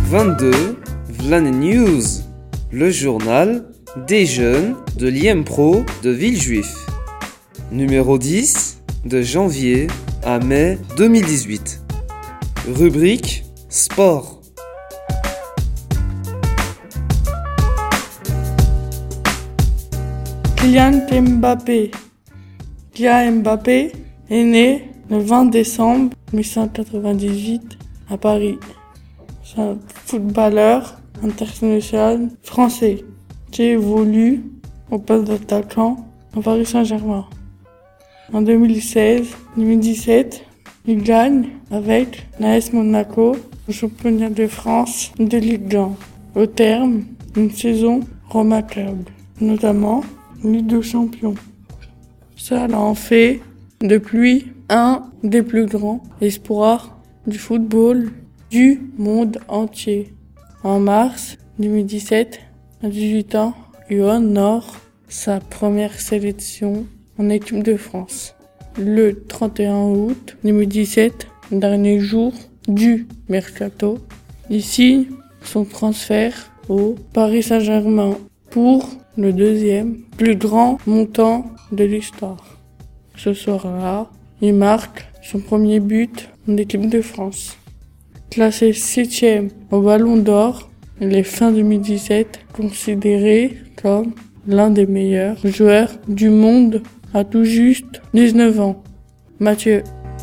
22, Vlan News, le journal des jeunes de l'IM-Pro de Villejuif. Numéro 10, de janvier à mai 2018. Rubrique Sport. Kylian Mbappé. Kylian Mbappé est né le 20 décembre 1998 à Paris. C'est un footballeur international français qui évolue au poste d'attaquant au Paris Saint-Germain. En 2016-2017, il gagne avec l'AS Monaco le championnat de France de Ligue 1, au terme d'une saison remarquable, notamment Ligue des Champions. Ça en fait depuis un des plus grands espoirs du football du monde entier. En mars 2017, à 18 ans, il honore sa première sélection en équipe de France. Le 31 août 2017, dernier jour du mercato, il signe son transfert au Paris Saint-Germain pour le deuxième plus grand montant de l'histoire. Ce soir-là, il marque son premier but en équipe de France. Classé 7e au Ballon d'Or, il est fin 2017 considéré comme l'un des meilleurs joueurs du monde à tout juste 19 ans. Mathieu.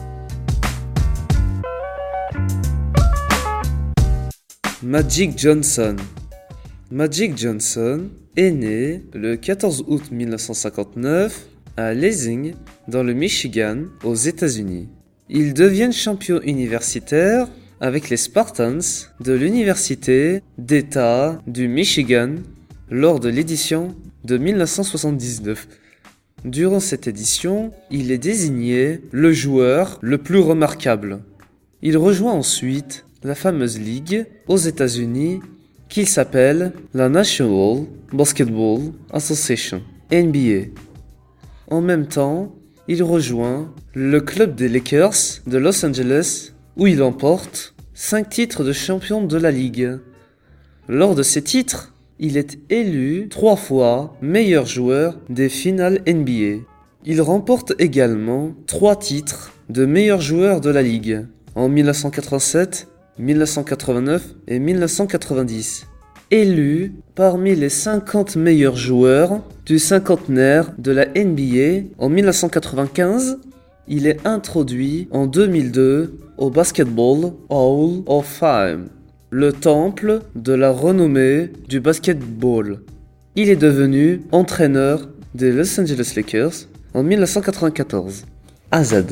Magic Johnson. Magic Johnson est né le 14 août 1959 à Lansing, dans le Michigan, aux États-Unis. Ils deviennent champions universitaires avec les Spartans de l'Université d'État du Michigan lors de l'édition de 1979. Durant cette édition, il est désigné le joueur le plus remarquable. Il rejoint ensuite la fameuse ligue aux États-Unis qui s'appelle la National Basketball Association, NBA. En même temps, il rejoint le club des Lakers de Los Angeles où il emporte 5 titres de champion de la ligue. Lors de ces titres, il est élu 3 fois meilleur joueur des finales NBA. Il remporte également 3 titres de meilleur joueur de la ligue en 1987, 1989 et 1990. Élu parmi les 50 meilleurs joueurs du cinquantenaire de la NBA en 1995, il est introduit en 2002 au Basketball Hall of Fame, le temple de la renommée du basketball. Il est devenu entraîneur des Los Angeles Lakers en 1994. AZ.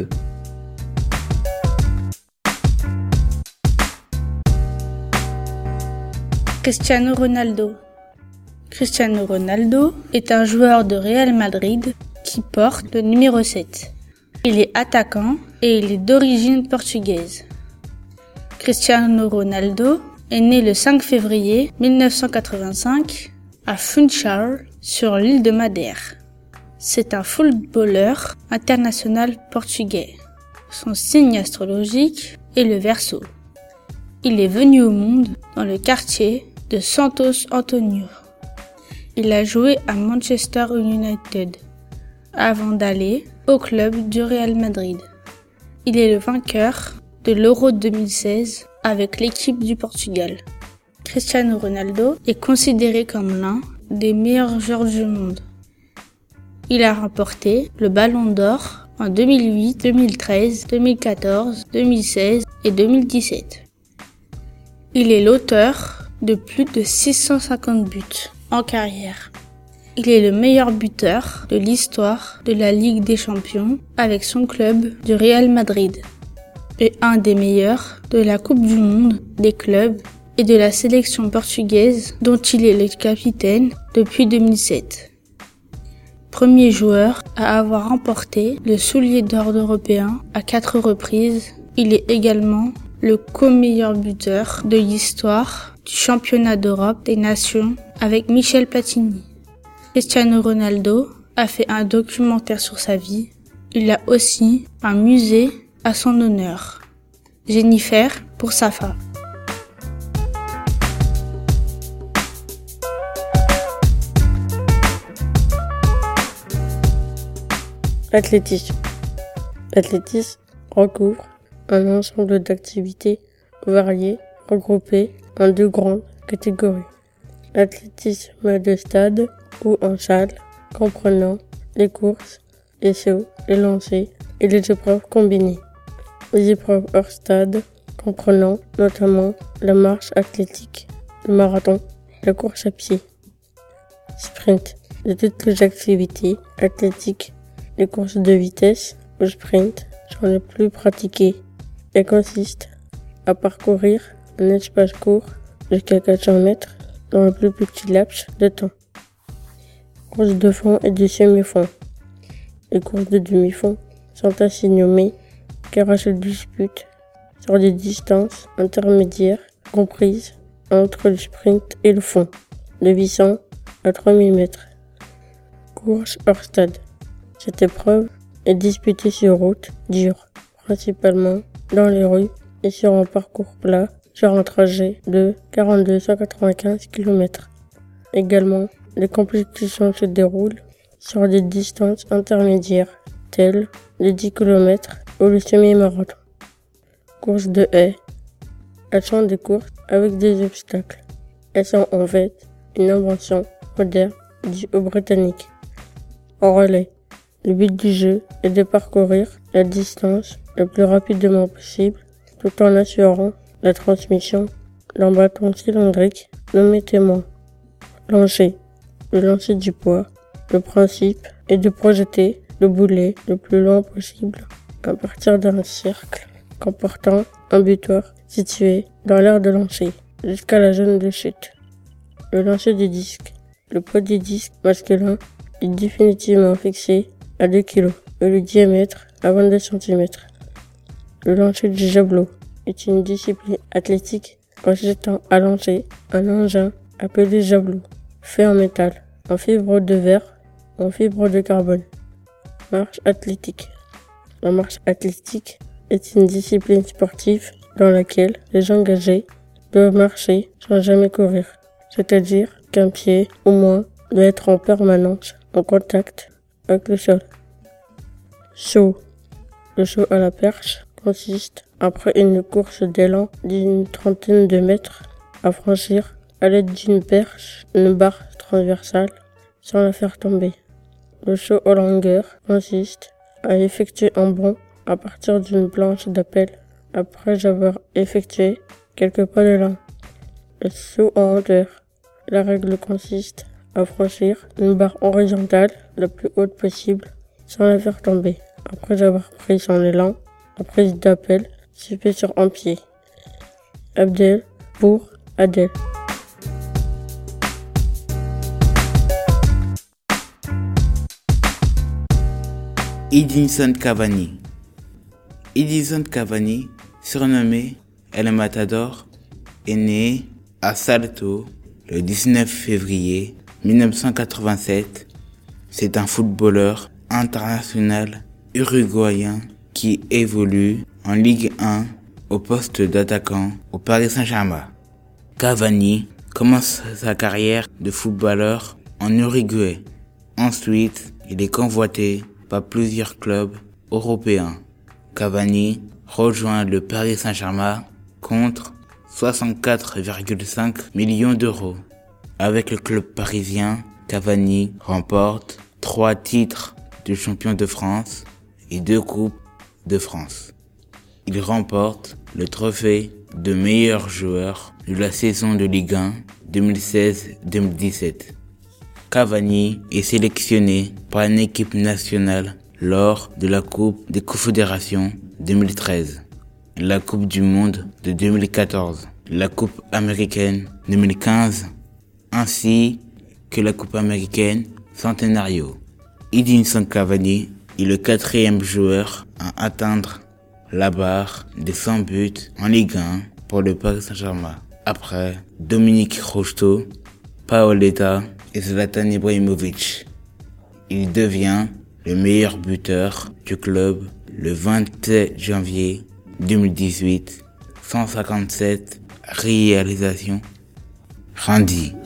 Cristiano Ronaldo. Cristiano Ronaldo est un joueur de Real Madrid qui porte le numéro 7. Il est attaquant et il est d'origine portugaise. Cristiano Ronaldo est né le 5 février 1985 à Funchal sur l'île de Madère. C'est un footballeur international portugais. Son signe astrologique est le Verseau. Il est venu au monde dans le quartier de Santos Antonio. Il a joué à Manchester United avant d'aller au club du Real Madrid. Il est le vainqueur de l'Euro 2016 avec l'équipe du Portugal. Cristiano Ronaldo est considéré comme l'un des meilleurs joueurs du monde. Il a remporté le Ballon d'Or en 2008, 2013, 2014, 2016 et 2017. Il est l'auteur de plus de 650 buts en carrière. Il est le meilleur buteur de l'histoire de la Ligue des Champions avec son club du Real Madrid et un des meilleurs de la Coupe du Monde des clubs et de la sélection portugaise dont il est le capitaine depuis 2007. Premier joueur à avoir remporté le soulier d'or européen à 4 reprises, il est également le co-meilleur buteur de l'histoire du championnat d'Europe des nations avec Michel Platini. Cristiano Ronaldo a fait un documentaire sur sa vie. Il a aussi un musée à son honneur. Jennifer pour Safa. Athlétisme. L'athlétisme recouvre un ensemble d'activités variées regroupées en deux grandes catégories. L'athlétisme de stade ou en salle, comprenant les courses, les sauts, les lancers et les épreuves combinées. Les épreuves hors stade, comprenant notamment la marche athlétique, le marathon, la course à pied. Sprint. De toutes les activités athlétiques, les courses de vitesse ou sprint sont les plus pratiquées. Elles consistent à parcourir un espace court jusqu'à 400 mètres dans le plus petit laps de temps. Courses de fond et de semi-fond. Les courses de demi-fond sont ainsi nommées car elles se disputent sur des distances intermédiaires comprises entre le sprint et le fond, de 800 à 3000 mètres. Course hors stade. Cette épreuve est disputée sur route dure, principalement dans les rues et sur un parcours plat sur un trajet de 4295 km. Également, les compétitions se déroulent sur des distances intermédiaires, telles les 10 km ou le semi-marathon. Courses de haies. Elles sont des courses avec des obstacles. Elles sont en fait une invention moderne due aux Britanniques. En relais. Le but du jeu est de parcourir la distance le plus rapidement possible tout en assurant la transmission d'un bâton cylindrique nommé témoin. Lancer. Le lancer du poids. Le principe est de projeter le boulet le plus loin possible à partir d'un cercle comportant un butoir situé dans l'aire de lancer jusqu'à la zone de chute. Le lancer du disque. Le poids du disque masculin est définitivement fixé à 2 kg et le diamètre à 22 cm. Le lancer du javelot est une discipline athlétique consistant à lancer un engin appelé javelot, fait en métal, en fibre de verre ou en fibre de carbone. Marche athlétique. La marche athlétique est une discipline sportive dans laquelle les engagés doivent marcher sans jamais courir, c'est-à-dire qu'un pied au moins doit être en permanence en contact avec le sol. Saut. Le saut à la perche consiste, après une course d'élan d'une trentaine de mètres, à franchir à l'aide d'une perche une barre transversale sans la faire tomber. Le saut en longueur consiste à effectuer un bond à partir d'une planche d'appel après avoir effectué quelques pas de long. Le saut en hauteur. La règle consiste à franchir une barre horizontale la plus haute possible sans la faire tomber. Après avoir pris son élan, la prise d'appel se fait sur un pied. Abdel pour Adel. Edinson Cavani. Edinson Cavani, surnommé El Matador, est né à Salto le 19 février 1987. C'est un footballeur international uruguayen qui évolue en Ligue 1 au poste d'attaquant au Paris Saint-Germain. Cavani commence sa carrière de footballeur en Uruguay. Ensuite, il est convoité par plusieurs clubs européens. Cavani rejoint le Paris Saint-Germain contre 64,5 millions d'euros. Avec le club parisien, Cavani remporte 3 titres de champion de France et 2 coupes de France. Il remporte le trophée de meilleur joueur de la saison de Ligue 1 2016-2017. Cavani est sélectionné par une équipe nationale lors de la Coupe des Confédérations 2013, la Coupe du Monde de 2014, la Coupe américaine 2015, ainsi que la Coupe américaine Centenario. Edinson Cavani est le 4e joueur à atteindre la barre des 100 buts en Ligue 1 pour le Paris Saint-Germain, après Dominique Rocheteau, Paoletta et Zlatan Ibrahimovic. Il devient le meilleur buteur du club le 27 janvier 2018, 157 réalisations rendues.